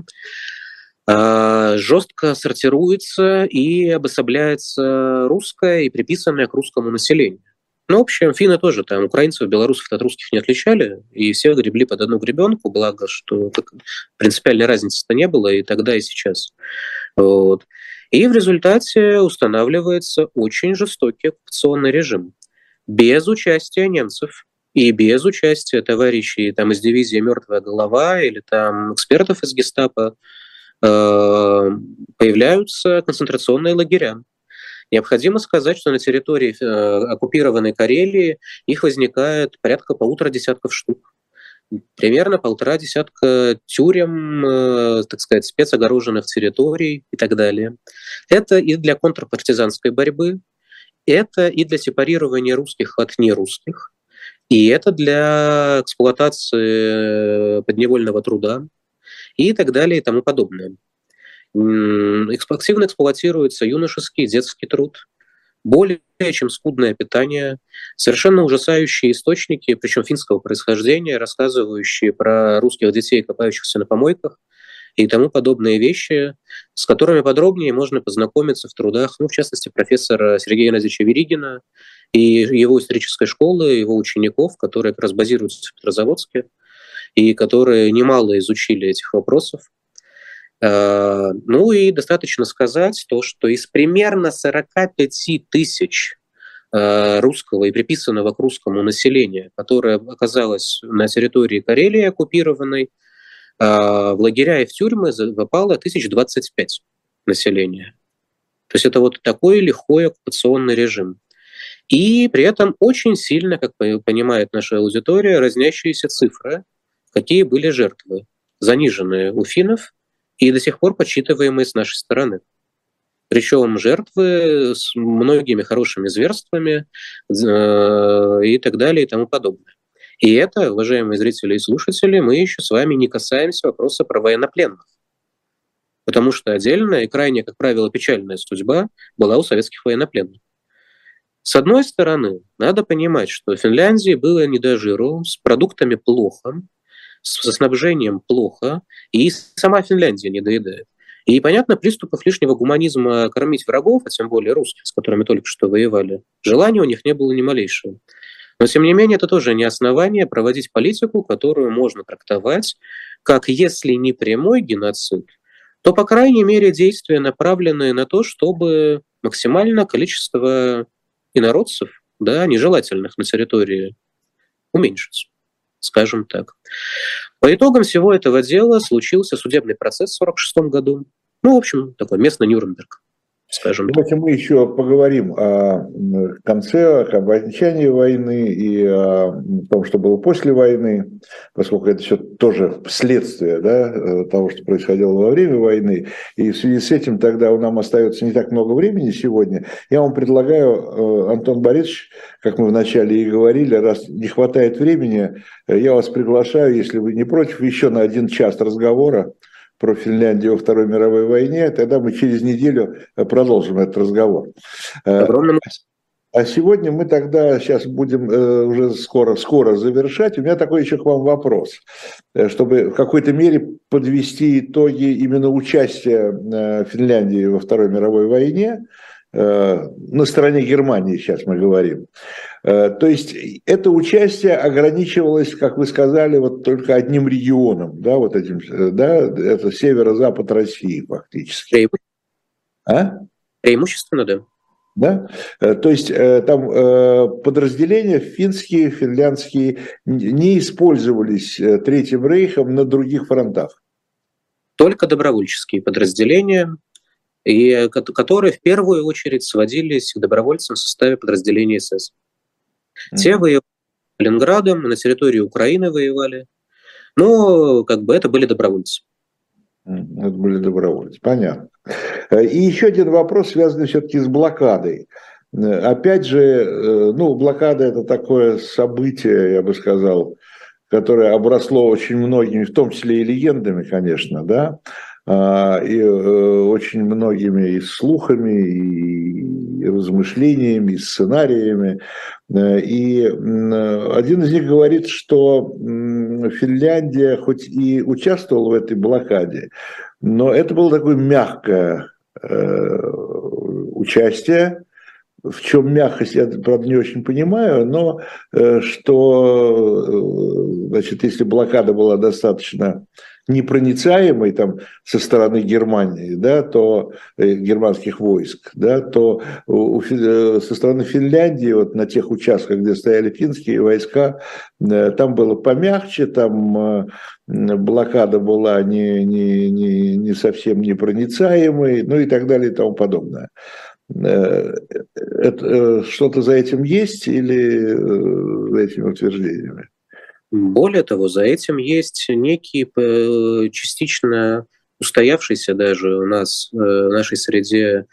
жестко сортируется и обособляется русское и приписанное к русскому населению. Ну, в общем, финны тоже там украинцев, белорусов от русских не отличали, и все гребли под одну гребенку, благо, что принципиальной разницы-то не было и тогда, и сейчас. Вот. И в результате устанавливается очень жестокий оккупационный режим. Без участия немцев и без участия товарищей там, из дивизии «Мертвая голова» или там экспертов из гестапо э, появляются концентрационные лагеря. Необходимо сказать, что на территории э, оккупированной Карелии их возникает порядка полутора десятков штук. Примерно полтора десятка тюрем, э, так сказать, спецогороженных территорий и так далее. Это и для контрпартизанской борьбы, это и для сепарирования русских от нерусских, и это для эксплуатации подневольного труда и так далее и тому подобное. Активно эксплуатируется юношеский и детский труд, более чем скудное питание, совершенно ужасающие источники, причем финского происхождения, рассказывающие про русских детей, копающихся на помойках, и тому подобные вещи, с которыми подробнее можно познакомиться в трудах, ну, в частности, профессора Сергея Геннадьевича Веригина и его исторической школы, его учеников, которые как раз базируются в Петрозаводске, и которые немало изучили этих вопросов. Ну и достаточно сказать то, что из примерно сорок пять тысяч русского и приписанного к русскому населения, которое оказалось на территории Карелии оккупированной, в лагеря и в тюрьмы попало тысяч двадцать пять населения. То есть это вот такой лихой оккупационный режим. И при этом очень сильно, как понимает наша аудитория, разнящиеся цифры, какие были жертвы, заниженные у финнов и до сих пор подсчитываемые с нашей стороны. Причем жертвы с многими хорошими зверствами и так далее и тому подобное. И это, уважаемые зрители и слушатели, мы еще с вами не касаемся вопроса про военнопленных. Потому что отдельная и крайне, как правило, печальная судьба была у советских военнопленных. С одной стороны, надо понимать, что в Финляндии было не до жиру, с продуктами плохо, со снабжением плохо, и сама Финляндия не доедает. И, понятно, приступов лишнего гуманизма кормить врагов, а тем более русских, с которыми только что воевали, желания у них не было ни малейшего. Но, тем не менее, это тоже не основание проводить политику, которую можно трактовать как, если не прямой геноцид, то, по крайней мере, действия, направленные на то, чтобы максимально количество инородцев, да, нежелательных на территории, уменьшить, скажем так. По итогам всего этого дела случился судебный процесс в сорок шестом году. Ну, в общем, такой местный Нюрнберг, скажем так. Давайте мы еще поговорим о конце, об окончании войны и о том, что было после войны, поскольку это все тоже следствие, да, того, что происходило во время войны. И в связи с этим тогда у нас остается не так много времени сегодня. Я вам предлагаю, Антон Борисович, как мы вначале и говорили, раз не хватает времени, я вас приглашаю, если вы не против, еще на один час разговора про Финляндию во Второй мировой войне, тогда мы через неделю продолжим этот разговор. Огромное. А сегодня мы тогда сейчас будем уже скоро, скоро завершать. У меня такой еще к вам вопрос, чтобы в какой-то мере подвести итоги именно участия Финляндии во Второй мировой войне. На стороне Германии сейчас мы говорим. То есть это участие ограничивалось, как вы сказали, вот только одним регионом, да, вот этим, да, это северо-запад России фактически. А? Преимущественно, да. Да? То есть там подразделения финские, финляндские не использовались Третьим Рейхом на других фронтах? Только добровольческие подразделения, и которые в первую очередь сводились к добровольцам в составе подразделений эс эс. Mm-hmm. Те воевали с Ленинградом, на территории Украины воевали, Но как бы это были добровольцы. Это были добровольцы, понятно. И еще один вопрос, связанный все-таки с блокадой. Опять же, ну, блокада – это такое событие, я бы сказал, которое обросло очень многими, в том числе и легендами, конечно, да, и очень многими и слухами, и размышлениями, и сценариями. И один из них говорит, что Финляндия хоть и участвовала в этой блокаде, но это было такое мягкое участие. В чем мягкость, я, правда, не очень понимаю, но что, значит, если блокада была достаточно непроницаемой там, со стороны Германии, да, то германских войск, да, то у, со стороны Финляндии, вот на тех участках, где стояли финские войска, там было помягче, там блокада была не, не, не, не совсем непроницаемой, ну и так далее и тому подобное. Это, что-то за этим есть или за этими утверждениями? Более того, за этим есть некий частично устоявшийся даже у нас в нашей среде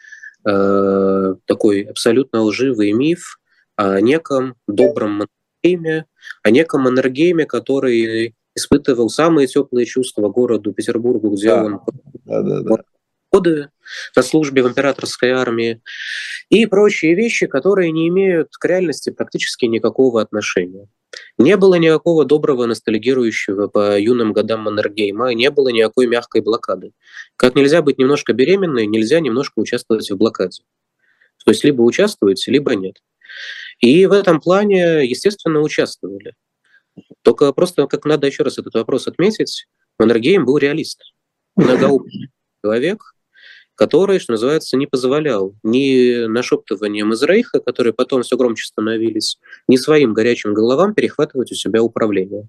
такой абсолютно лживый миф о неком добром Маннергейме, о неком Маннергейме, который испытывал самые теплые чувства городу Петербургу, где да, он да, да, да. годы на службе в императорской армии, и прочие вещи, которые не имеют к реальности практически никакого отношения. Не было никакого доброго, ностальгирующего по юным годам Маннергейма, не было никакой мягкой блокады. Как нельзя быть немножко беременной, нельзя немножко участвовать в блокаде. То есть либо участвуете, либо нет. И в этом плане, естественно, участвовали. Только просто, как надо еще раз этот вопрос отметить, Маннергейм был реалист. Многоопытный человек, который, что называется, не позволял ни нашептываниям из Рейха, которые потом все громче становились, ни своим горячим головам перехватывать у себя управление.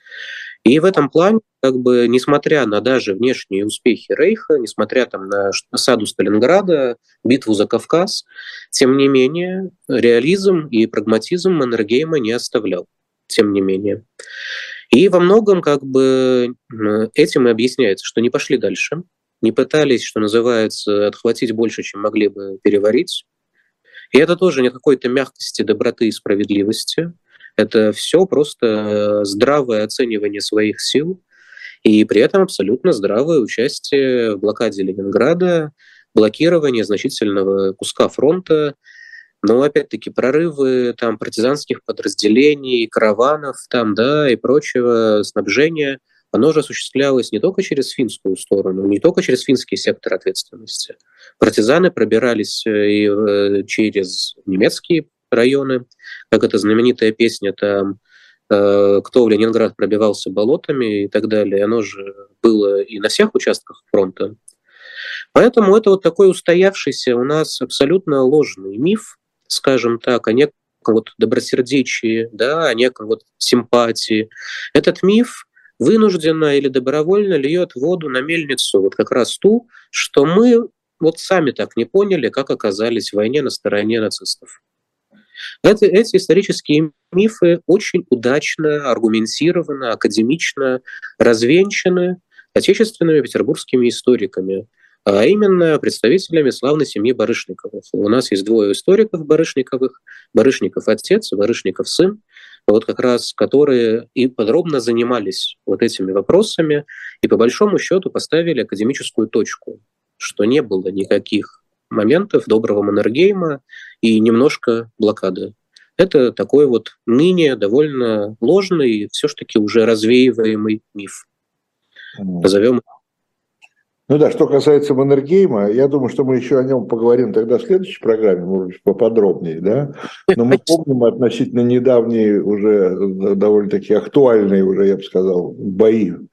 И в этом плане, как бы, несмотря на даже внешние успехи Рейха, несмотря там, на осаду Сталинграда, битву за Кавказ, тем не менее, реализм и прагматизм Маннергейма не оставлял. Тем не менее. И во многом как бы этим и объясняется, что не пошли дальше, не пытались, что называется, отхватить больше, чем могли бы переварить. И это тоже не какой-то мягкости, доброты и справедливости. Это все просто здравое оценивание своих сил и при этом абсолютно здравое участие в блокаде Ленинграда, блокирование значительного куска фронта, но опять-таки прорывы там, партизанских подразделений, караванов там, да, и прочего снабжения, оно же осуществлялось не только через финскую сторону, не только через финский сектор ответственности. Партизаны пробирались и через немецкие районы, как эта знаменитая песня там «Кто в Ленинград пробивался болотами» и так далее. Оно же было и на всех участках фронта. Поэтому это вот такой устоявшийся у нас абсолютно ложный миф, скажем так, о неком вот добросердечии, да, о неком вот симпатии. Этот миф вынужденно или добровольно льет воду на мельницу, вот как раз ту, что мы вот сами так не поняли, как оказались в войне на стороне нацистов. Это, эти исторические мифы очень удачно, аргументированно, академично развенчаны отечественными петербургскими историками, а именно представителями славной семьи Барышниковых. У нас есть двое историков Барышниковых, Барышников отец, Барышников сын, вот как раз которые и подробно занимались вот этими вопросами и по большому счету поставили академическую точку, что не было никаких моментов доброго Маннергейма и немножко блокады. Это такой вот ныне довольно ложный, все-таки уже развеиваемый миф. Назовем. Ну да, что касается Маннергейма, я думаю, что мы еще о нем поговорим тогда в следующей программе, может быть, поподробнее, да? Но мы помним относительно недавние, уже довольно-таки актуальные, уже, я бы сказал, бои э,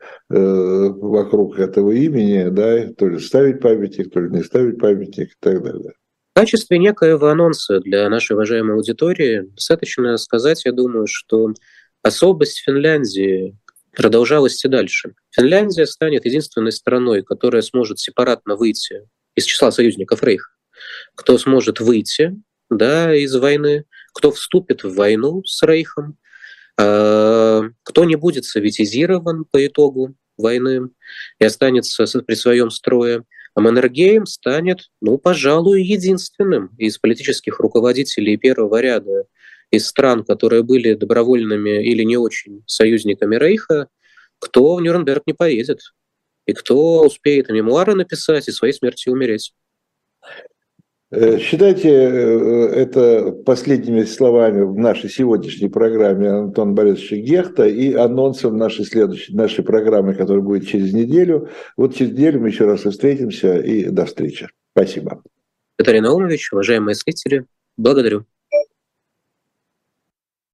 вокруг этого имени, да, то ли ставить памятник, то ли не ставить памятник и так далее. В качестве некоего анонса для нашей уважаемой аудитории достаточно сказать, я думаю, что особость Финляндии продолжалась и дальше. Финляндия станет единственной страной, которая сможет сепаратно выйти из числа союзников Рейха, кто сможет выйти, да, из войны, кто вступит в войну с Рейхом, Кто не будет советизирован по итогу войны и останется при своем строе, а Маннергейм станет, ну, пожалуй, единственным из политических руководителей первого ряда из стран, которые были добровольными или не очень союзниками Рейха, кто в Нюрнберг не поедет и кто успеет и мемуары написать, и своей смертью умереть. Считайте это последними словами в нашей сегодняшней программе Антона Борисовича Гехта и анонсом нашей следующей нашей программы, которая будет через неделю. Вот через неделю мы еще раз встретимся, и до встречи. Спасибо. Виталий Наумович, уважаемые зрители, благодарю.